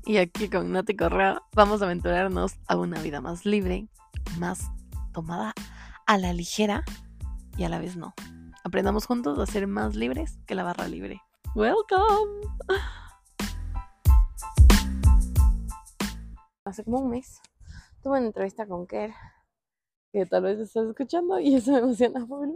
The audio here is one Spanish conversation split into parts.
Y aquí con Nati Correa vamos a aventurarnos a una vida más libre, más tomada a la ligera y a la vez no. Aprendamos juntos a ser más libres que la barra libre. ¡Welcome! Hace como un mes tuve una entrevista con Ker, que tal vez estás escuchando y eso me emociona full.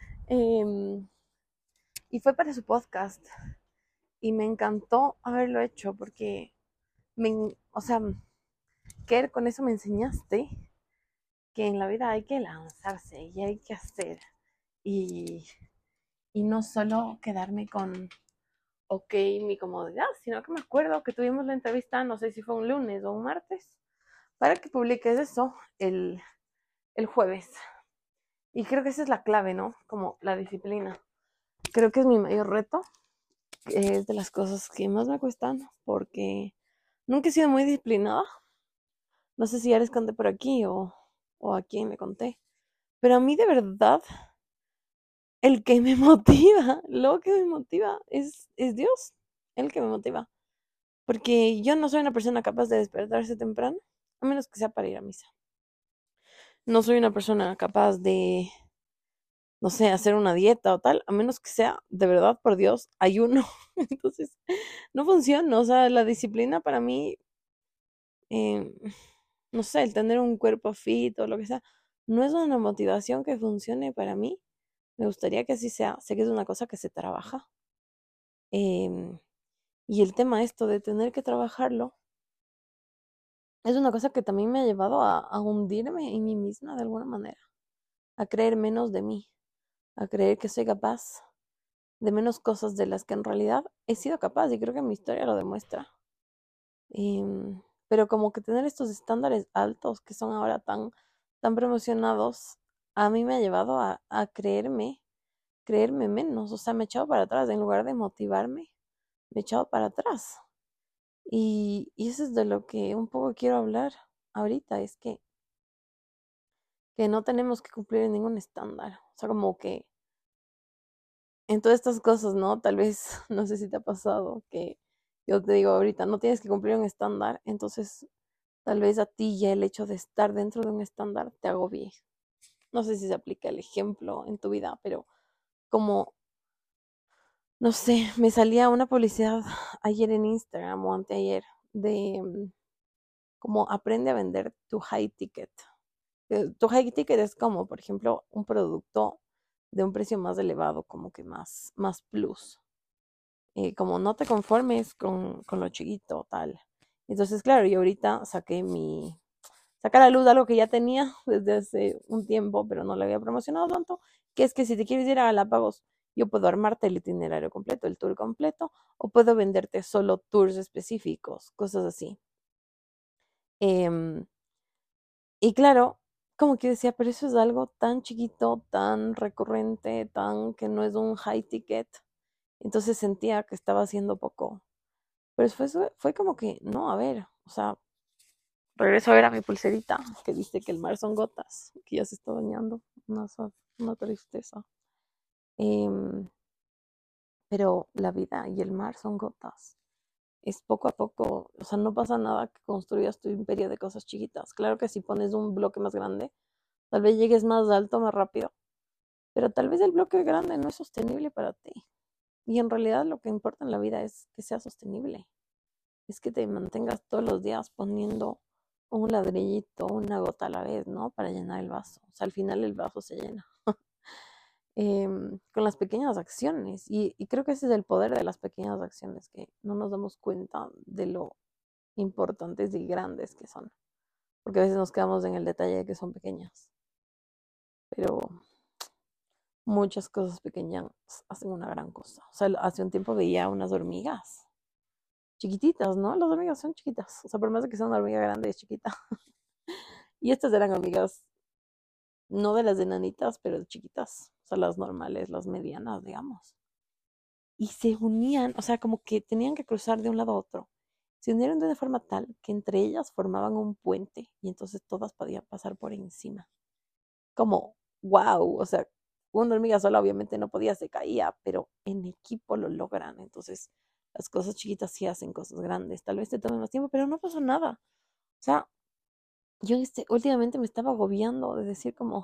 Y fue para su podcast y me encantó haberlo hecho porque, o sea, Ker, con eso me enseñaste que en la vida hay que lanzarse y hay que hacer y, y no solo quedarme con, ok, mi comodidad, sino que me acuerdo que tuvimos la entrevista, no sé si fue un lunes o un martes, para que publiques eso el jueves. Y creo que esa es la clave, ¿no? Como la disciplina. Creo que es mi mayor reto, es de las cosas que más me cuestan, porque nunca he sido muy disciplinada. No sé si ya les conté por aquí o a quién le conté. Pero a mí de verdad, el que me motiva, lo que me motiva es Dios, el que me motiva. Porque yo no soy una persona capaz de despertarse temprano, a menos que sea para ir a misa. No soy una persona capaz de, no sé, hacer una dieta o tal, a menos que sea de verdad por Dios ayuno. Entonces, no funciona. O sea, la disciplina para mí, eh, no sé, el tener un cuerpo fit o lo que sea, no es una motivación que funcione para mí. Me gustaría que así sea. Sé que es una cosa que se trabaja. Em, y el tema esto de tener que trabajarlo es una cosa que también me ha llevado a hundirme en mí misma de alguna manera, a creer menos de mí, a creer que soy capaz de menos cosas de las que en realidad he sido capaz y creo que mi historia lo demuestra. Pero como que tener estos estándares altos que son ahora tan promocionados, a mí me ha llevado a creerme menos, o sea, me he echado para atrás, en lugar de motivarme, me he echado para atrás. Y eso es de lo que un poco quiero hablar ahorita, es que no tenemos que cumplir en ningún estándar. O sea, como que en todas estas cosas, ¿no? Tal vez, no sé si te ha pasado, que yo te digo ahorita, no tienes que cumplir un estándar, entonces tal vez a ti ya el hecho de estar dentro de un estándar te agobie. No sé si se aplica el ejemplo en tu vida, pero como, no sé, me salía una publicidad ayer en Instagram o anteayer de como aprende a vender tu high ticket. Tu high ticket es como, por ejemplo, un producto de un precio más elevado, como que más plus. Como no te conformes con lo chiquito, tal. Entonces, claro, yo ahorita sacar a la luz algo que ya tenía desde hace un tiempo, pero no lo había promocionado tanto, que es que si te quieres ir a Galápagos, yo puedo armarte el itinerario completo, el tour completo, o puedo venderte solo tours específicos, cosas así. Em, y claro, como que decía, pero eso es algo tan chiquito, tan recurrente, tan que no es un high ticket. Entonces sentía que estaba haciendo poco. Pero fue como que, no, a ver, o sea, regreso a ver a mi pulserita, que dice que el mar son gotas, que ya se está bañando, una tristeza. Em, pero la vida y el mar son gotas. Es poco a poco, o sea, no pasa nada que construyas tu imperio de cosas chiquitas. Claro que si pones un bloque más grande, tal vez llegues más alto, más rápido, pero tal vez el bloque grande no es sostenible para ti. Y en realidad lo que importa en la vida es que sea sostenible. Es que te mantengas todos los días poniendo un ladrillito, una gota a la vez, ¿no? Para llenar el vaso. O sea, al final el vaso se llena. Con las pequeñas acciones. Y creo que ese es el poder de las pequeñas acciones, que no nos damos cuenta de lo importantes y grandes que son. Porque a veces nos quedamos en el detalle de que son pequeñas. Pero muchas cosas pequeñas hacen una gran cosa. O sea, hace un tiempo veía unas hormigas chiquititas, ¿no? Las hormigas son chiquitas. O sea, por más de que sea una hormiga grande, es chiquita. Y estas eran hormigas, no de las enanitas, pero chiquitas. O sea, las normales, las medianas, digamos. Y se unían, o sea, como que tenían que cruzar de un lado a otro. Se unieron de una forma tal que entre ellas formaban un puente y entonces todas podían pasar por encima. Como, wow, o sea, una hormiga sola obviamente no podía, se caía, pero en equipo lo logran. Entonces, las cosas chiquitas sí hacen cosas grandes. Tal vez te tome más tiempo, pero no pasa nada. O sea, yo últimamente me estaba agobiando de decir como,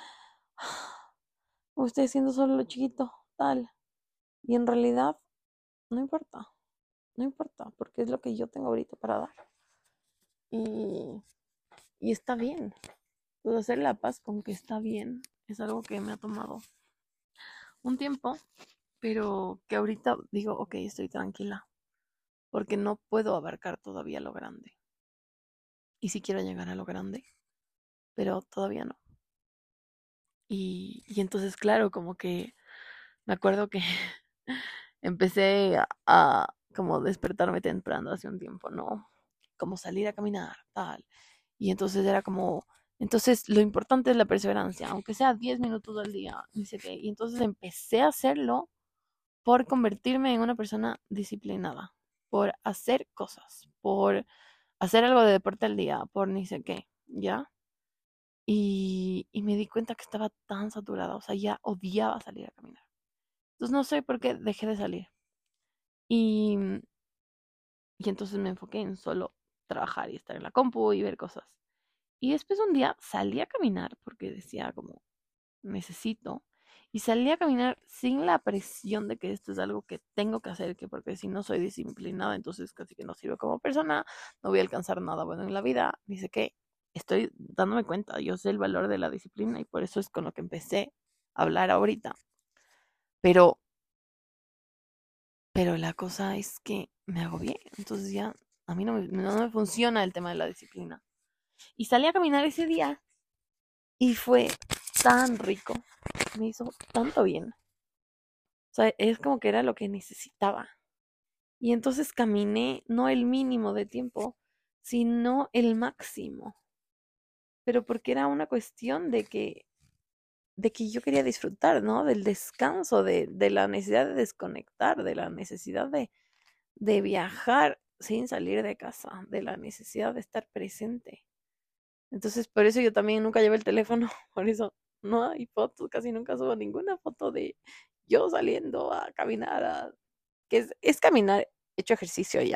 estoy haciendo solo lo chiquito, tal. Y en realidad, no importa, no importa, porque es lo que yo tengo ahorita para dar. Y, y está bien. Puedo hacer la paz con que está bien. Es algo que me ha tomado un tiempo, pero que ahorita digo, ok, estoy tranquila, porque no puedo abarcar todavía lo grande. Y sí quiero llegar a lo grande, pero todavía no. Y entonces, claro, como que me acuerdo que empecé a como despertarme temprano hace un tiempo, ¿no? Como salir a caminar, tal. Y entonces era como, entonces lo importante es la perseverancia, aunque sea 10 minutos al día, dice que. Y entonces empecé a hacerlo por convertirme en una persona disciplinada, por hacer cosas, por hacer algo de deporte al día, por ni sé qué, ¿ya? Y me di cuenta que estaba tan saturada, o sea, ya odiaba salir a caminar. Entonces no sé por qué dejé de salir. Y, y entonces me enfoqué en solo trabajar y estar en la compu y ver cosas. Y después un día salí a caminar porque decía como, necesito. Y salí a caminar sin la presión de que esto es algo que tengo que hacer, que porque si no soy disciplinada, entonces casi que no sirvo como persona, no voy a alcanzar nada bueno en la vida. Dice que estoy dándome cuenta, yo sé el valor de la disciplina y por eso es con lo que empecé a hablar ahorita. Pero, pero la cosa es que me agobié, entonces ya a mí no me funciona el tema de la disciplina. Y salí a caminar ese día y fue tan rico, me hizo tanto bien. O sea, es como que era lo que necesitaba. Y entonces caminé no el mínimo de tiempo, sino el máximo. Pero porque era una cuestión de que yo quería disfrutar, ¿no? Del descanso, de la necesidad de desconectar, de la necesidad de viajar sin salir de casa, de la necesidad de estar presente. Entonces, por eso yo también nunca llevo el teléfono, por eso no hay fotos, casi nunca subo ninguna foto de yo saliendo a caminar, que es caminar hecho ejercicio ya,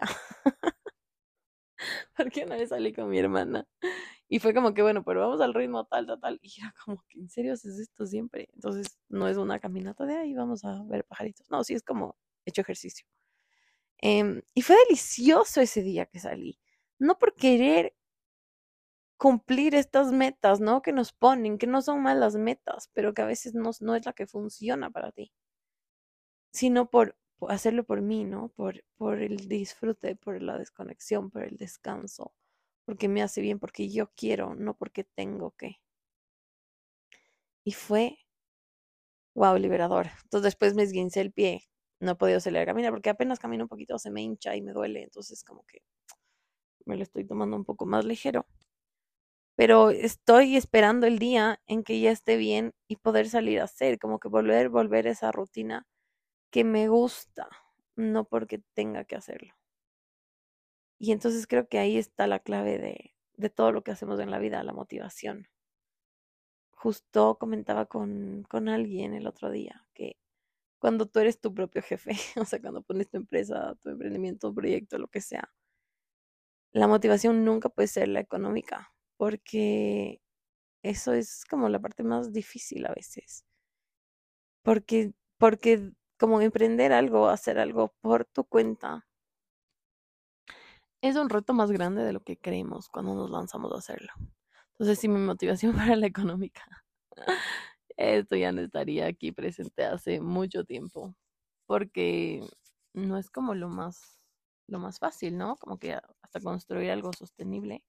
porque una vez salí con mi hermana y fue como que, bueno, pero vamos al ritmo tal, tal, tal, y era como que, ¿en serio haces esto siempre? Entonces, no es una caminata de ahí, vamos a ver pajaritos, no, sí es como hecho ejercicio. Y fue delicioso ese día que salí, no por querer cumplir estas metas, ¿no? Que nos ponen, que no son malas metas, pero que a veces no es la que funciona para ti, sino por hacerlo por mí, ¿no? Por el disfrute, por la desconexión, por el descanso, porque me hace bien, porque yo quiero, no porque tengo que. Y fue, wow, liberador. Entonces después me esguincé el pie, no he podido salir a caminar porque apenas camino un poquito se me hincha y me duele, entonces como que me lo estoy tomando un poco más ligero. Pero estoy esperando el día en que ya esté bien y poder salir a hacer, como que volver a esa rutina que me gusta, no porque tenga que hacerlo. Y entonces creo que ahí está la clave de todo lo que hacemos en la vida, la motivación. Justo comentaba con alguien el otro día que cuando tú eres tu propio jefe, o sea, cuando pones tu empresa, tu emprendimiento, tu proyecto, lo que sea, la motivación nunca puede ser la económica, porque eso es como la parte más difícil a veces. Porque como emprender algo, hacer algo por tu cuenta, es un reto más grande de lo que creemos cuando nos lanzamos a hacerlo. Entonces, si mi motivación fuera la económica, esto ya no estaría aquí presente hace mucho tiempo, porque no es como lo más fácil, ¿no? Como que hasta construir algo sostenible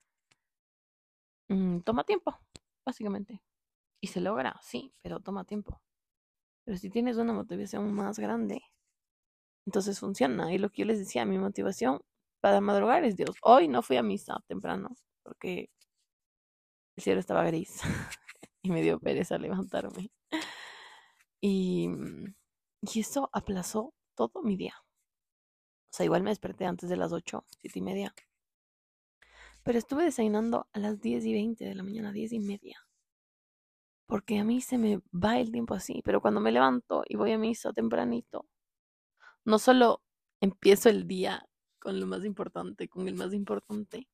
toma tiempo, básicamente. Y se logra, sí, pero toma tiempo. Pero si tienes una motivación más grande, entonces funciona. Y lo que yo les decía, mi motivación para madrugar es Dios. Hoy no fui a misa temprano porque el cielo estaba gris y me dio pereza levantarme. Y, y eso aplazó todo mi día. O sea, igual me desperté antes de las 8, 7:30. Pero estuve desayunando a las 10:20 de la mañana, 10:30. Porque a mí se me va el tiempo así. Pero cuando me levanto y voy a misa tempranito, no solo empiezo el día con lo más importante, con el más importante,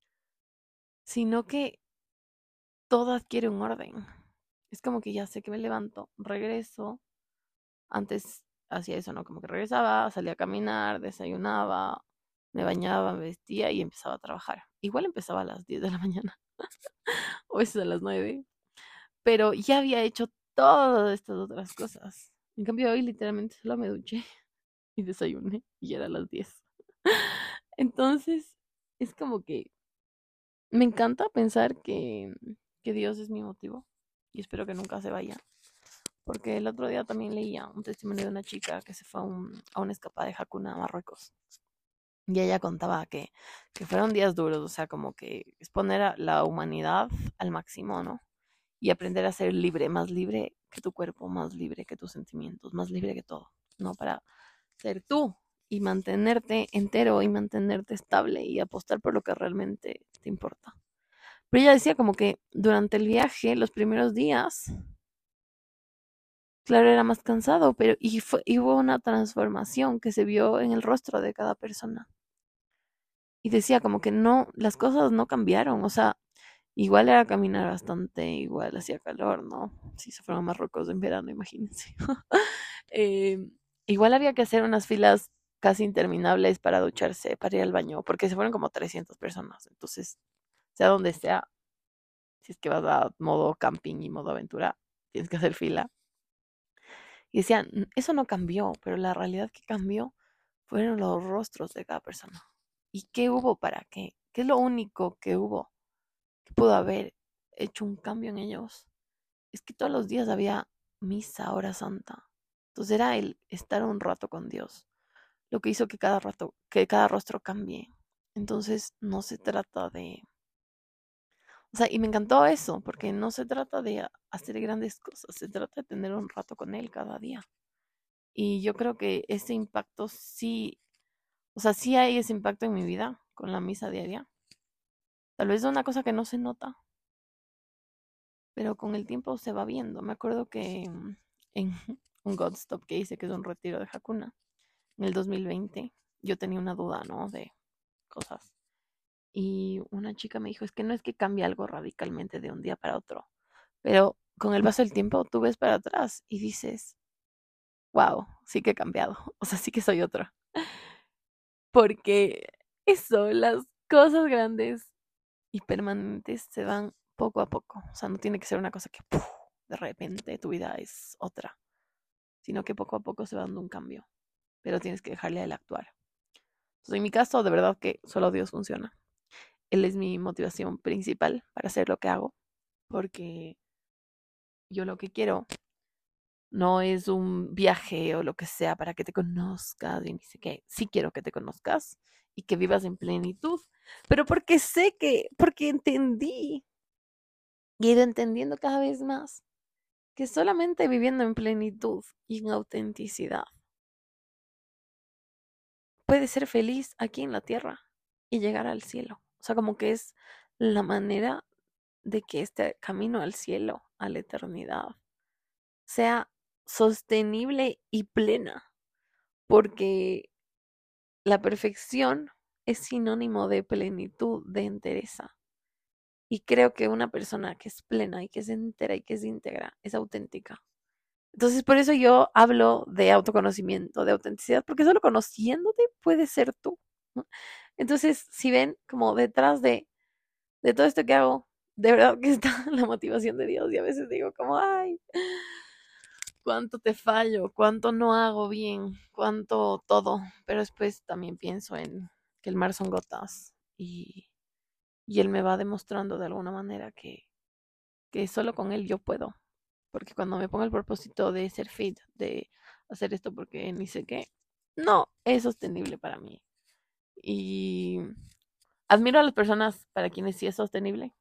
sino que todo adquiere un orden. Es como que ya sé que me levanto, regreso. Antes hacía eso, ¿no? Como que regresaba, salía a caminar, desayunaba, me bañaba, me vestía y empezaba a trabajar. Igual empezaba a las 10 de la mañana, o a veces a las 9, pero ya había hecho todas estas otras cosas. En cambio, hoy literalmente solo me duché y desayuné y ya era las 10. Entonces, es como que me encanta pensar que Dios es mi motivo y espero que nunca se vaya. Porque el otro día también leía un testimonio de una chica que se fue a una escapada de Hakuna a Marruecos. Y ella contaba que fueron días duros, o sea, como que exponer a la humanidad al máximo, ¿no? Y aprender a ser libre, más libre que tu cuerpo, más libre que tus sentimientos, más libre que todo, ¿no? Para ser tú y mantenerte entero y mantenerte estable y apostar por lo que realmente te importa. Pero ella decía como que durante el viaje, los primeros días, claro, era más cansado, pero y hubo una transformación que se vio en el rostro de cada persona. Y decía como que no, las cosas no cambiaron, o sea, igual era caminar bastante, igual hacía calor, ¿no? Si se fueron a Marruecos en verano, imagínense. Eh, igual había que hacer unas filas casi interminables para ducharse, para ir al baño, porque se fueron como 300 personas. Entonces, sea donde sea, si es que vas a modo camping y modo aventura, tienes que hacer fila. Y decían, eso no cambió, pero la realidad que cambió fueron los rostros de cada persona. ¿Y qué hubo para qué? ¿Qué es lo único que hubo que pudo haber hecho un cambio en ellos? Es que todos los días había misa, hora santa. Entonces era el estar un rato con Dios, lo que hizo que cada rato, que cada rostro cambie. Entonces no se trata de, o sea, y me encantó eso, porque no se trata de hacer grandes cosas, se trata de tener un rato con Él cada día. Y yo creo que ese impacto sí, o sea, sí hay ese impacto en mi vida con la misa diaria. Tal vez es una cosa que no se nota, pero con el tiempo se va viendo. Me acuerdo que en un God Stop que hice, que es un retiro de Hakuna, en el 2020, yo tenía una duda, ¿no? De cosas. Y una chica me dijo, es que no es que cambie algo radicalmente de un día para otro, pero con el paso del tiempo tú ves para atrás y dices, wow, sí que he cambiado, o sea, sí que soy otra. Porque eso, las cosas grandes y permanentes se van poco a poco. O sea, no tiene que ser una cosa que ¡puf! De repente tu vida es otra, sino que poco a poco se va dando un cambio, pero tienes que dejarle a él actuar. Entonces, en mi caso, de verdad que solo Dios funciona. Él es mi motivación principal para hacer lo que hago, porque yo lo que quiero no es un viaje o lo que sea para que te conozcas y dice que sí quiero que te conozcas y que vivas en plenitud, pero porque sé que, porque entendí y he ido entendiendo cada vez más que solamente viviendo en plenitud y en autenticidad puedes ser feliz aquí en la tierra y llegar al cielo. O sea, como que es la manera de que este camino al cielo, a la eternidad, sea sostenible y plena, porque la perfección es sinónimo de plenitud, de entereza. Y creo que una persona que es plena y que es entera y que es íntegra es auténtica. Entonces, por eso yo hablo de autoconocimiento, de autenticidad, porque solo conociéndote puedes ser tú, ¿no? Entonces, si ven como detrás de todo esto que hago, de verdad que está la motivación de Dios y a veces digo como, ay, cuánto te fallo, cuánto no hago bien, cuánto todo, pero después también pienso en que el mar son gotas y él me va demostrando de alguna manera que solo con él yo puedo, porque cuando me pongo el propósito de ser fit, de hacer esto porque ni sé qué, no es sostenible para mí. Y admiro a las personas para quienes sí es sostenible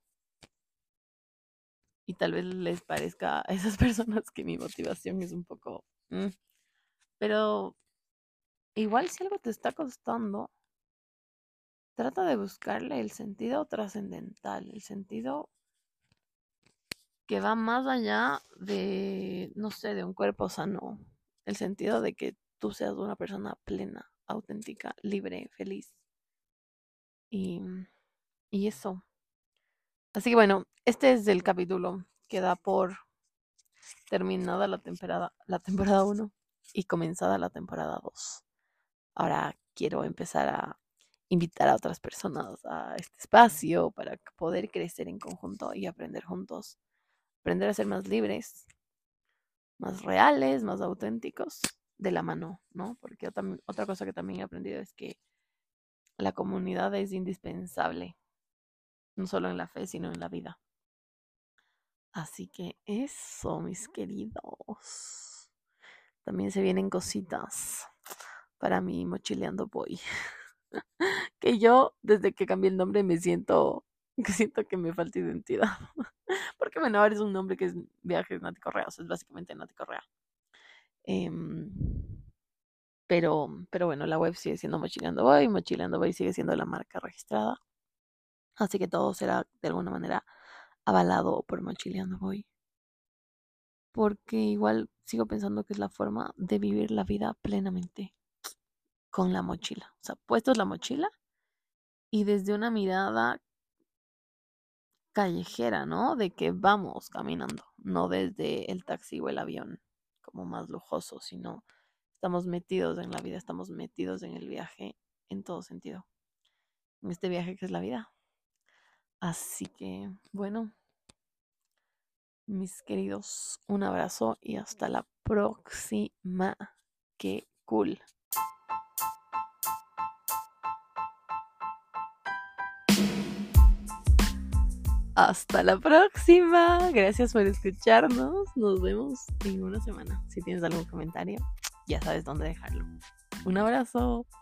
y tal vez les parezca a esas personas que mi motivación es un poco... pero igual si algo te está costando, trata de buscarle el sentido trascendental, el sentido que va más allá de, no sé, de un cuerpo sano, el sentido de que tú seas una persona plena, auténtica, libre, feliz. Y eso. Así que bueno, este es el capítulo que da por terminada la temporada 1 y comenzada la temporada 2. Ahora quiero empezar a invitar a otras personas a este espacio para poder crecer en conjunto y aprender juntos, aprender a ser más libres, más reales, más auténticos de la mano, ¿no? Porque otra cosa que también he aprendido es que la comunidad es indispensable, no solo en la fe, sino en la vida. Así que eso, mis queridos. También se vienen cositas para mi Mochileando Boy. Que yo, desde que cambié el nombre, siento que me falta identidad. Porque bueno, ahora es un nombre que es Viajes Nático Rea, o sea, es básicamente Nático Rea. Em, pero bueno, la web sigue siendo Mochileando Boy sigue siendo la marca registrada. Así que todo será de alguna manera avalado por Mochileando Boy. Porque igual sigo pensando que es la forma de vivir la vida plenamente con la mochila. O sea, puestos la mochila y desde una mirada callejera, ¿no? De que vamos caminando, no desde el taxi o el avión como más lujoso, sino estamos metidos en la vida, estamos metidos en el viaje en todo sentido, en este viaje que es la vida. Así que, bueno, mis queridos, un abrazo y hasta la próxima. Qué cool. Hasta la próxima. Gracias por escucharnos. Nos vemos en una semana. Si tienes algún comentario, ya sabes dónde dejarlo. Un abrazo.